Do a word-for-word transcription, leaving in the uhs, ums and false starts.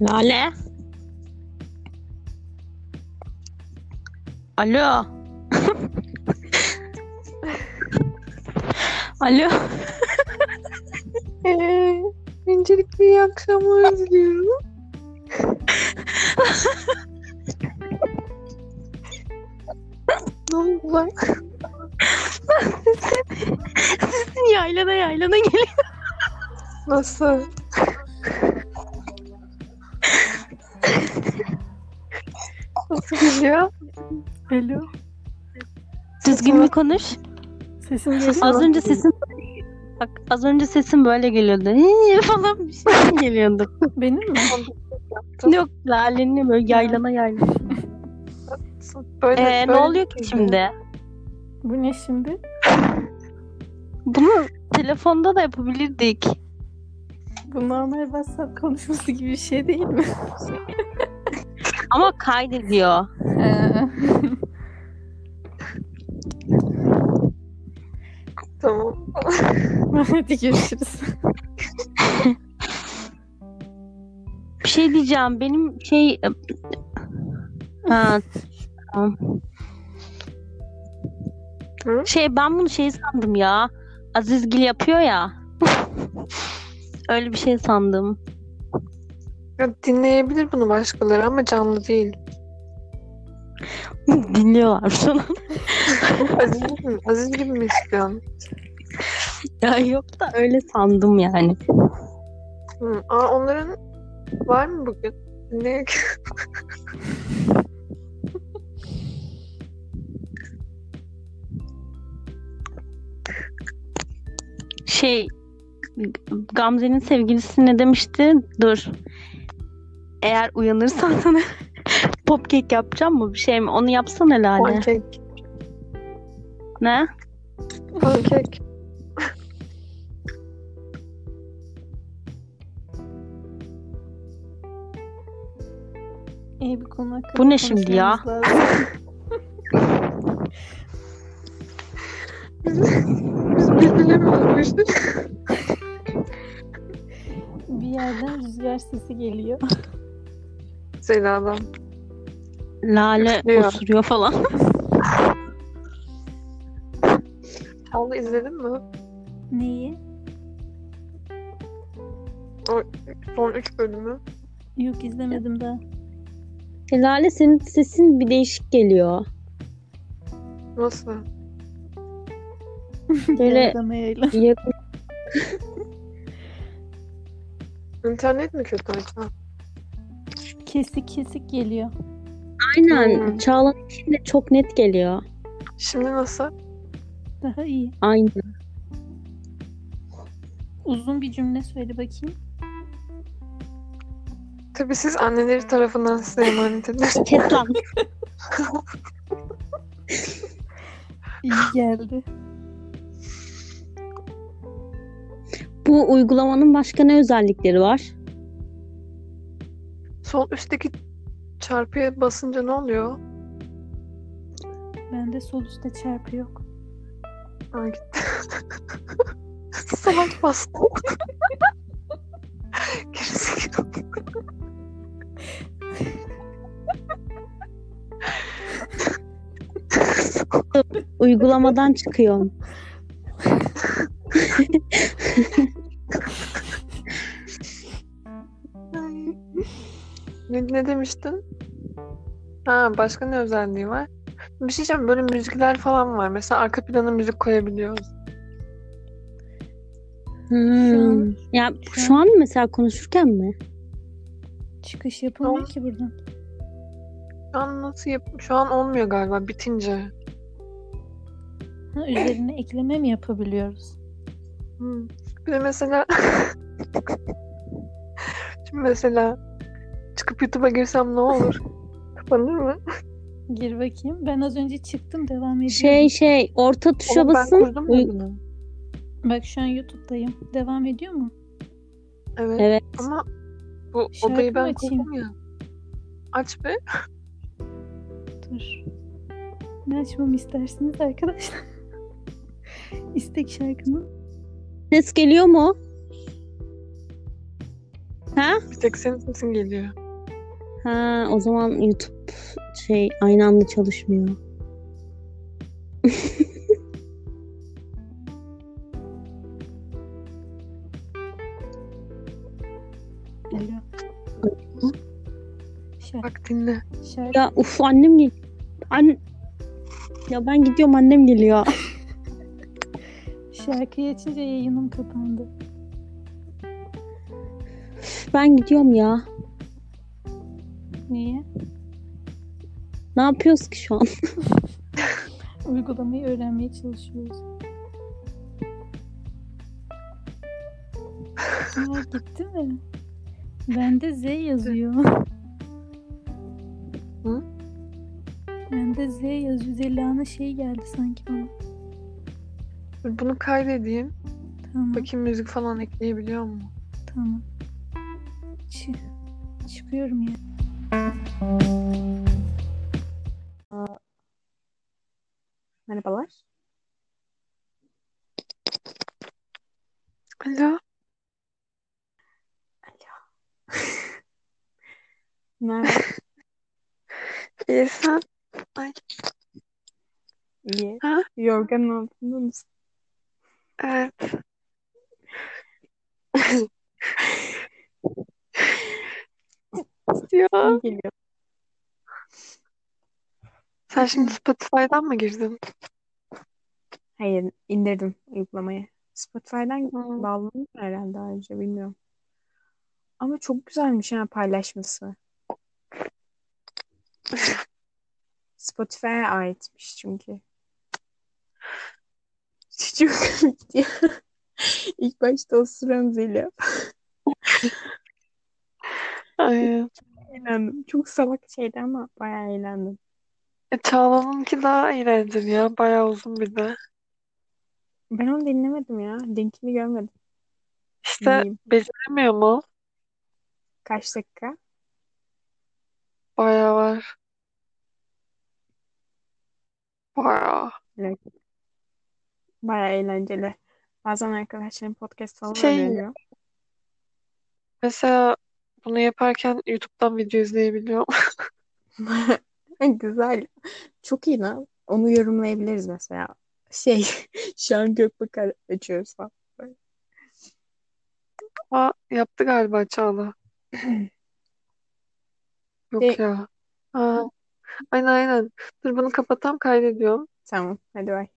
Lale. Alo. Alo. Ee, öncelikle iyi akşamlar diliyorum. Ne oldu lan? Sesin yaylana yaylana geliyor. Nasıl? Nasıl geliyor? Alo. Düzgün bir konuş. Sesim geliyor. Az önce sesin bak az önce sesin böyle geliyordu. Hii falan bir şey geliyordu. Benim mi? Yok Lale'nin böyle yaylana yaylana. Böyle, Ee, ne böyle oluyor ki miydi? şimdi? Bu ne şimdi? Bunu telefonda da yapabilirdik. Bu normal WhatsApp konuşması gibi bir şey değil mi? Ama kaydediyor. Ee, Tamam. Hadi görüşürüz. Bir şey diyeceğim. Benim şey ha tamam. Hı? Şey ben bunu şey sandım ya. Azizgil yapıyor ya. Öyle bir şey sandım. Ya dinleyebilir bunu başkaları ama canlı değil. Dinliyorlar şu an. Aziz gibi mi? Aziz gibi mi istiyorsun? Ya yok da öyle sandım yani. Hı. Aa, onların var mı bugün? Ne? Şey Gamze'nin sevgilisi ne demişti? Dur. Eğer uyanırsan sana popkek yapacağım mı? Bir şey mi? Onu yapsana Lale. Pankek. Ne? Pankek. İyi bir konu hakkında Bu ne şimdi ya? konuşmamız lazım. Biz birbirine mi olmuştuk? Bir yerden rüzgar sesi geliyor. Zela'dan. Lale Üflüyor. osuruyor falan. Çağla izledin mi? Neyi? O son üç bölümü. Yok izlemedim daha. Lale senin sesin bir değişik geliyor. Nasıl? Böyle Yaylana yaylana. yakın. İnternet mi kötü acaba? Kesik kesik geliyor. Aynen. Hmm. Çağla'nın için de çok net geliyor. Şimdi nasıl? Daha iyi. Aynen. Uzun bir cümle söyle bakayım. Tabii siz anneleri tarafından size emanet edilir. Kes lan. İyi geldi. Bu uygulamanın başka ne özellikleri var? Sol üstteki çarpıya basınca ne oluyor? Bende sol üstte çarpı yok. Ha, gitti. Salak bastı. Gerizekalı. Uygulamadan çıkıyorum. Ne, ne demiştin? Ha, başka ne özelliği var? Bir şey diyeceğim, böyle müzikler falan var. Mesela arka plana müzik koyabiliyoruz. Hmm. Şu an- Ya şu şu an- an mesela konuşurken mi? Çıkış yapılmıyor Tamam. ki buradan. Şu an nasıl yap? Şu an olmuyor galiba bitince. Ha, üzerine ekleme mi yapabiliyoruz? Hmm. Bir de mesela şimdi mesela çıkıp YouTube'a girsem ne olur? Kapanır mı? Gir bakayım. Ben az önce çıktım, devam ediyorum. Şey şey orta tuşa Oğlum ben basın. kurdum ya Uy- bunu. Bak şu an YouTube'dayım. Devam ediyor mu? Evet. Evet. Ama bu Şarkı odayı mı ben açayım? kurdum ya. Aç be. Dur. Ne açmamı istersiniz arkadaşlar? İstek şarkımı. Ses geliyor mu? Ha? Bir tek senin sesin geliyor. Ha, o zaman YouTube şey aynı anda çalışmıyor. Alo. Şarkı, Bak dinle. şarkı, Ya uf annem gel. An ya ben gidiyorum annem geliyor. şarkıyı açınca yayınım kapandı. Ben gidiyorum ya. Niye? Ne yapıyoruz ki şu an? Uygulamayı öğrenmeye çalışıyoruz. Aa, gitti mi? Bende Z yazıyor. Hı? Bende Z yazıyor. Zeliha'nın şey geldi sanki bana. Dur bunu kaydedeyim. Tamam, Bakayım müzik falan ekleyebiliyor mu? tamam. Çı- çıkıyorum ya. Merhabalar. Alo. Merhaba. İyi sen? Ay. İyi. Ha? Yorganın altında mısın? Evet. Ya. İyi geliyor. Sen şimdi Spotify'dan mı girdin? Hayır, indirdim uygulamayı. Spotify'dan Hı. bağlandım herhalde ayrıca bilmiyorum. Ama çok güzelmiş ha paylaşması. Spotify'a aitmiş çünkü. Çok komikti ya. İlk başta o sıram Zeliha. Ay. Eğlendim. Çok salak şeydi ama bayağı eğlendim. E, Çağla'nınki daha eğlenceli ya. Bayağı uzun bir de. Ben onu dinlemedim ya. Linkini görmedim. İşte Dinleyeyim. beceremiyor mu? Kaç dakika? Bayağı var. Bayağı. Evet. Bayağı eğlenceli. Bazen arkadaşlarım podcast falan Şey öneriyor. mesela bunu yaparken YouTube'dan video izleyebiliyorum. Güzel. Çok iyi lan. Onu yorumlayabiliriz mesela. Şey, şu an Gökbakar açıyoruz falan. Aa, yaptı galiba Çağla. Yok Şey, ya. Aa, aynen aynen. Dur bunu kapatam kaydediyorum. tamam. Hadi bay.